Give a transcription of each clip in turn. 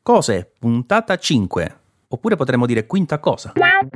Cose, puntata 5. Oppure potremmo dire quinta cosa.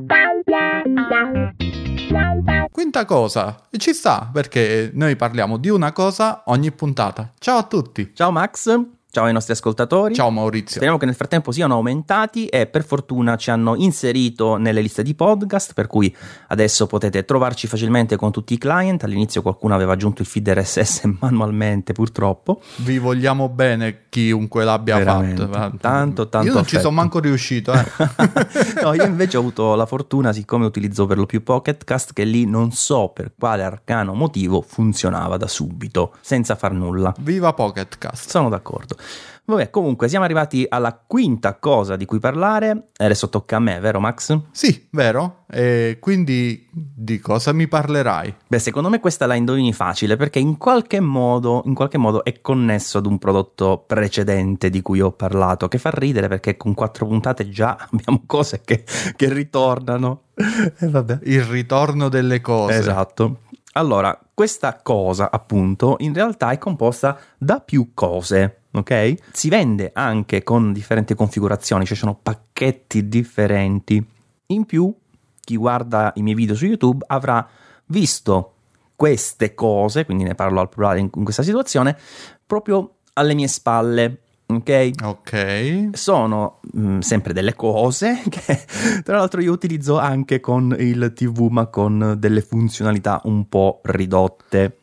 Quinta cosa, e ci sta, perché noi parliamo di una cosa ogni puntata. Ciao a tutti. Ciao Max, ciao ai nostri ascoltatori. Ciao Maurizio. Speriamo che nel frattempo siano aumentati e per fortuna ci hanno inserito nelle liste di podcast, per cui adesso potete trovarci facilmente con tutti i client. All'inizio qualcuno aveva aggiunto il feed RSS manualmente, purtroppo. Vi vogliamo bene, chiunque l'abbia Veramente, fatto. Tanto Io non affetto. ci sono manco riuscito. No, io invece ho avuto la fortuna, siccome utilizzo per lo più Pocket Cast, che lì non so per quale arcano motivo funzionava da subito, senza far nulla. Viva Pocket Cast. Sono d'accordo. Vabbè, comunque siamo arrivati alla quinta cosa di cui parlare. Adesso tocca a me, vero Max? Sì, vero? E quindi di cosa mi parlerai? Beh, secondo me questa la indovini facile, perché in qualche modo è connesso ad un prodotto precedente di cui ho parlato, che fa ridere perché con 4 puntate già abbiamo cose che ritornano. E vabbè. Il ritorno delle cose. Esatto. Allora, questa cosa, appunto, in realtà è composta da più cose, ok? Si vende anche con differenti configurazioni, cioè sono pacchetti differenti. In più, chi guarda i miei video su YouTube avrà visto queste cose, quindi ne parlo al plurale in questa situazione, proprio alle mie spalle. Ok, sono sempre delle cose che tra l'altro io utilizzo anche con il TV, ma con delle funzionalità un po' ridotte.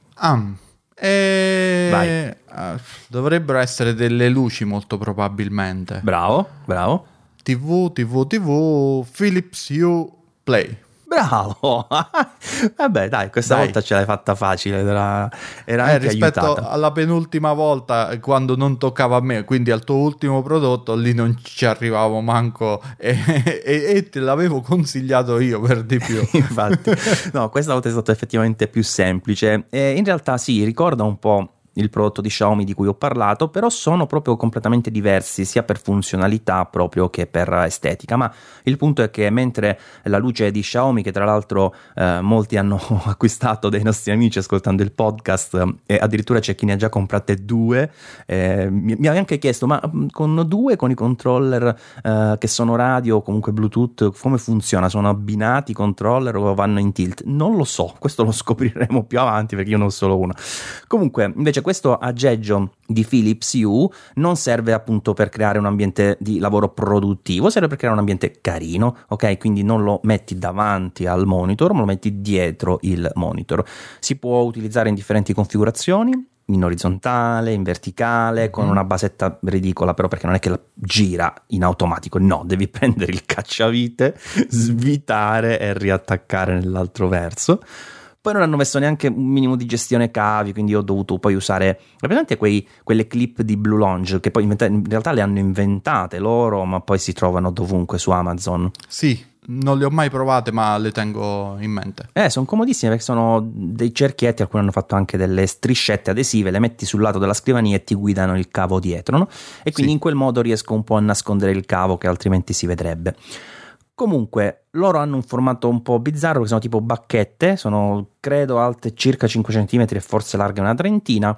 Vai. Dovrebbero essere delle luci, molto probabilmente. Bravo. TV Philips Hue Play. Bravo. Vabbè, dai, questa volta ce l'hai fatta facile, era anche rispetto aiutata. alla penultima volta, quando non toccava a me, quindi al tuo ultimo prodotto, lì non ci arrivavo manco e te l'avevo consigliato io per di più. Infatti, no, questa volta è stato effettivamente più semplice e in realtà sì, ricorda un po' il prodotto di Xiaomi di cui ho parlato, però sono proprio completamente diversi sia per funzionalità proprio che per estetica. Ma il punto è che mentre la luce di Xiaomi, che tra l'altro molti hanno acquistato dai nostri amici ascoltando il podcast, e addirittura c'è chi ne ha già comprate 2, mi ha anche chiesto ma con i controller che sono radio o comunque Bluetooth come funziona? Sono abbinati i controller o vanno in tilt? Non lo so, questo lo scopriremo più avanti perché io ne ho solo uno. Comunque invece questo aggeggio di Philips Hue non serve appunto per creare un ambiente di lavoro produttivo, serve per creare un ambiente carino, ok? Quindi non lo metti davanti al monitor, ma lo metti dietro il monitor. Si può utilizzare in differenti configurazioni, in orizzontale, in verticale, con una basetta ridicola però, perché non è che la gira in automatico, no, devi prendere il cacciavite, svitare e riattaccare nell'altro verso. Poi non hanno messo neanche un minimo di gestione cavi, quindi ho dovuto poi usare praticamente quelle clip di Blue Lounge che poi in realtà le hanno inventate loro, ma poi si trovano dovunque su Amazon. Sì, non le ho mai provate, ma le tengo in mente. Sono comodissime perché sono dei cerchietti, alcuni hanno fatto anche delle striscette adesive, le metti sul lato della scrivania e ti guidano il cavo dietro, no? E quindi in quel modo riesco un po' a nascondere il cavo che altrimenti si vedrebbe. Comunque loro hanno un formato un po' bizzarro, che sono tipo bacchette, sono credo alte circa 5 cm e forse larghe una trentina,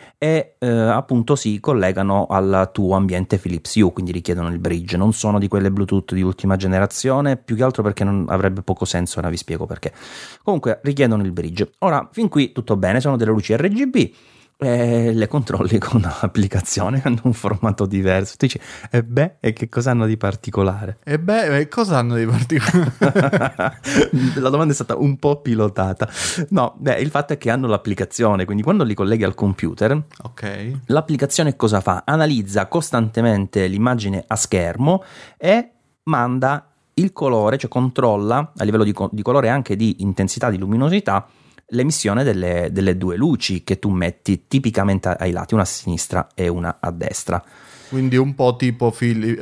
e appunto si collegano al tuo ambiente Philips Hue, quindi richiedono il bridge. Non sono di quelle Bluetooth di ultima generazione, più che altro perché non avrebbe poco senso, ora vi spiego perché. Comunque richiedono il bridge. Ora, fin qui tutto bene, sono delle luci RGB. Le controlli con l'applicazione, hanno un formato diverso. Tu dici, e che cosa hanno di particolare? Cosa hanno di particolare? La domanda è stata un po' pilotata. No, il fatto è che hanno l'applicazione, quindi quando li colleghi al computer, ok, l'applicazione cosa fa? Analizza costantemente l'immagine a schermo e manda il colore, cioè controlla a livello di colore e anche di intensità, di luminosità, l'emissione delle 2 luci che tu metti tipicamente ai lati, una a sinistra e una a destra. Quindi un po' tipo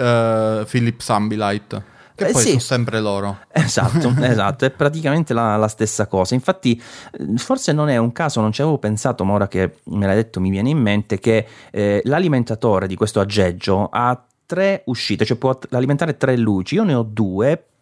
Philips Ambilight, che poi sì, sono sempre loro. Esatto, è praticamente la stessa cosa. Infatti forse non è un caso, non ci avevo pensato, ma ora che me l'hai detto mi viene in mente che l'alimentatore di questo aggeggio ha 3 uscite, cioè può alimentare 3 luci. Io ne ho 2,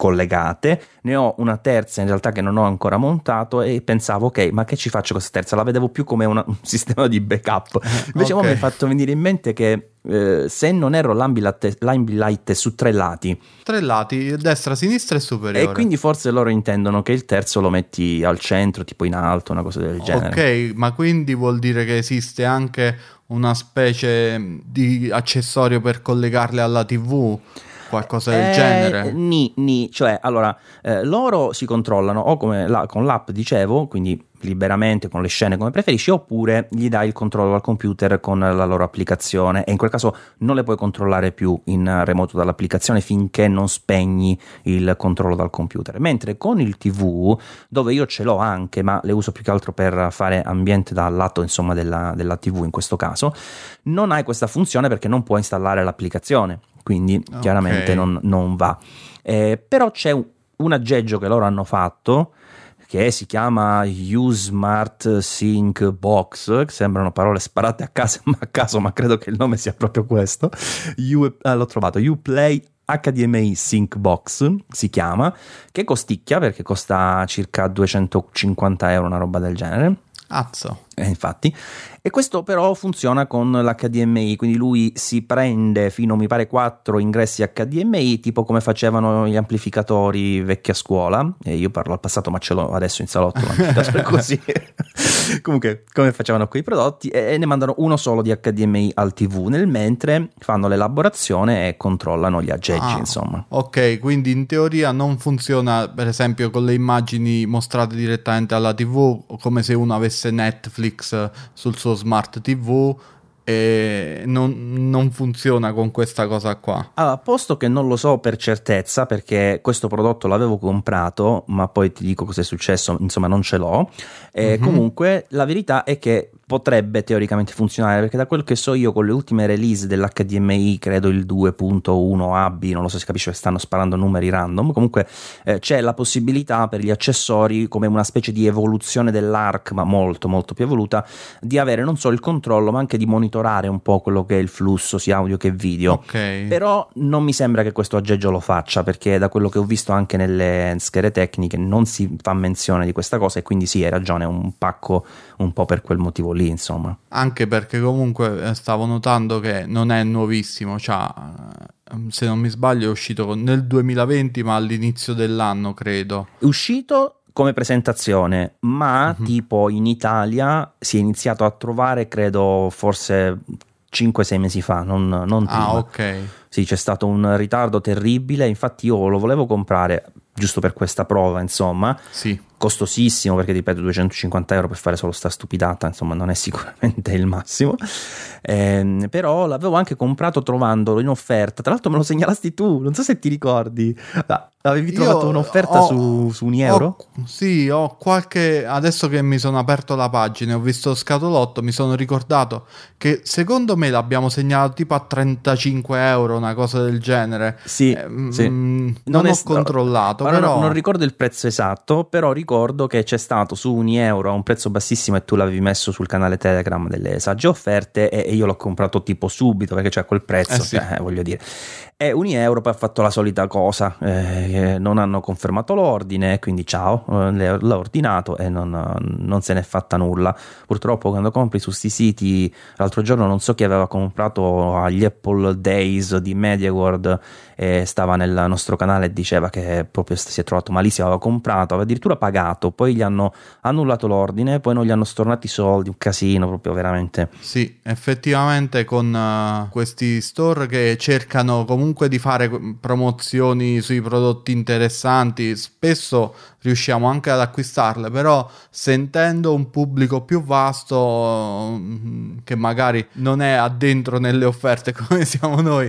collegate, ne ho una terza in realtà che non ho ancora montato e pensavo ok, ma che ci faccio questa terza? La vedevo più come un sistema di backup, invece mi è fatto venire in mente che se non erro l'Ambilight è su 3 lati, destra, sinistra e superiore, e quindi forse loro intendono che il terzo lo metti al centro, tipo in alto, una cosa del genere. Ok, ma quindi vuol dire che esiste anche una specie di accessorio per collegarle alla TV? Qualcosa del genere? Cioè, allora, loro si controllano o con l'app, dicevo, quindi liberamente con le scene come preferisci, oppure gli dai il controllo al computer con la loro applicazione, e in quel caso non le puoi controllare più in remoto dall'applicazione finché non spegni il controllo dal computer. Mentre con il TV, dove io ce l'ho anche, ma le uso più che altro per fare ambiente dal lato, insomma, della TV in questo caso, non hai questa funzione perché non puoi installare l'applicazione, quindi chiaramente non va. Però c'è un aggeggio che loro hanno fatto che si chiama U-Smart Sync Box, che sembrano parole sparate a caso, ma credo che il nome sia proprio questo. L'ho trovato, Uplay HDMI Sync Box si chiama, che costicchia perché costa circa 250 euro, una roba del genere. Infatti, e questo però funziona con l'HDMI, quindi lui si prende fino, mi pare, 4 ingressi HDMI, tipo come facevano gli amplificatori vecchi a scuola, e io parlo al passato ma ce l'ho adesso in salotto l'amplificatore così comunque come facevano quei prodotti, e ne mandano uno solo di HDMI al TV, nel mentre fanno l'elaborazione e controllano gli aggeggi, insomma. Ok, quindi in teoria non funziona per esempio con le immagini mostrate direttamente alla TV, come se uno avesse Netflix sul suo smart TV, e non funziona con questa cosa qua. Allora, posto che non lo so per certezza, perché questo prodotto l'avevo comprato, ma poi ti dico cosa è successo, insomma non ce l'ho. Comunque la verità è che potrebbe teoricamente funzionare, perché da quel che so io con le ultime release dell'HDMI, credo il 2.1 AB, non lo so, si capisce che stanno sparando numeri random, comunque c'è la possibilità per gli accessori, come una specie di evoluzione dell'ARC, ma molto molto più evoluta, di avere non solo il controllo ma anche di monitorare un po' quello che è il flusso sia audio che video. Però non mi sembra che questo aggeggio lo faccia, perché da quello che ho visto anche nelle schede tecniche non si fa menzione di questa cosa, e quindi sì, hai ragione, è un pacco un po' per quel motivo lì, insomma. Anche perché comunque stavo notando che non è nuovissimo, cioè, se non mi sbaglio è uscito nel 2020, ma all'inizio dell'anno credo. È uscito come presentazione, ma tipo in Italia si è iniziato a trovare, credo, forse 5-6 mesi fa, non prima. Ok. Sì, c'è stato un ritardo terribile, infatti io lo volevo comprare giusto per questa prova, insomma. Sì. Costosissimo, perché ripeto, 250 euro per fare solo sta stupidata, insomma non è sicuramente il massimo, però l'avevo anche comprato trovandolo in offerta, tra l'altro me lo segnalasti tu, non so se ti ricordi. Avevi trovato un'offerta su 1 euro? Sì, ho qualche... Adesso che mi sono aperto la pagina e ho visto lo scatolotto, mi sono ricordato che secondo me l'abbiamo segnalato tipo a 35 euro, una cosa del genere. Sì, sì. Non ho controllato, però... non ricordo il prezzo esatto, però ricordo che c'è stato su 1 euro a un prezzo bassissimo, e tu l'avevi messo sul canale Telegram delle sagge offerte, e io l'ho comprato tipo subito, perché c'è quel prezzo, sì. Voglio dire. E 1 euro poi ha fatto la solita cosa, non hanno confermato l'ordine, quindi ciao, l'ho ordinato e non se n'è fatta nulla. Purtroppo quando compri su sti siti, l'altro giorno non so chi aveva comprato agli Apple Days di MediaWorld, e stava nel nostro canale e diceva che proprio si è trovato malissimo, aveva comprato, aveva addirittura pagato, poi gli hanno annullato l'ordine, poi non gli hanno stornati i soldi, un casino proprio veramente. Sì, effettivamente con questi store che cercano comunque di fare promozioni sui prodotti interessanti, spesso riusciamo anche ad acquistarle, però sentendo un pubblico più vasto che magari non è addentro nelle offerte come siamo noi,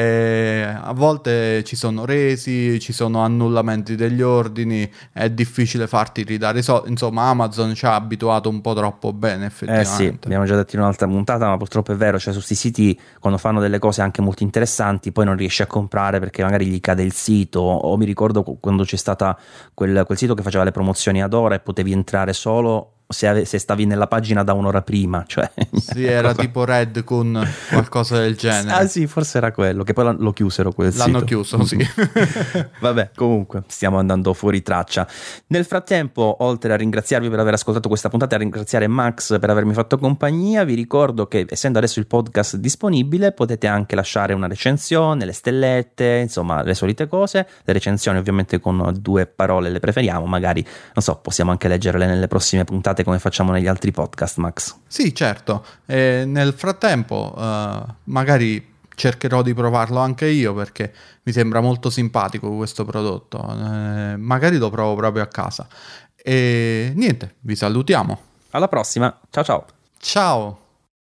a volte ci sono resi, ci sono annullamenti degli ordini, è difficile farti ridare i soldi. Insomma, Amazon ci ha abituato un po' troppo bene, effettivamente. Sì, abbiamo già detto in un'altra puntata, ma purtroppo è vero, cioè su questi siti quando fanno delle cose anche molto interessanti poi non riesci a comprare perché magari gli cade il sito, o mi ricordo quando c'è stata quel sito che faceva le promozioni ad ora e potevi entrare solo se stavi nella pagina da un'ora prima, cioè sì, era tipo Red con qualcosa del genere. Ah sì, forse era quello, che poi lo chiusero quel L'hanno sito. chiuso, sì. Vabbè, comunque stiamo andando fuori traccia. Nel frattempo, oltre a ringraziarvi per aver ascoltato questa puntata e a ringraziare Max per avermi fatto compagnia, vi ricordo che essendo adesso il podcast disponibile potete anche lasciare una recensione, le stellette, insomma le solite cose. Le recensioni ovviamente con 2 parole le preferiamo, magari non so, possiamo anche leggerle nelle prossime puntate come facciamo negli altri podcast, Max. Sì, certo. E nel frattempo magari cercherò di provarlo anche io perché mi sembra molto simpatico questo prodotto. Magari lo provo proprio a casa. E niente, vi salutiamo. Alla prossima, ciao ciao. Ciao.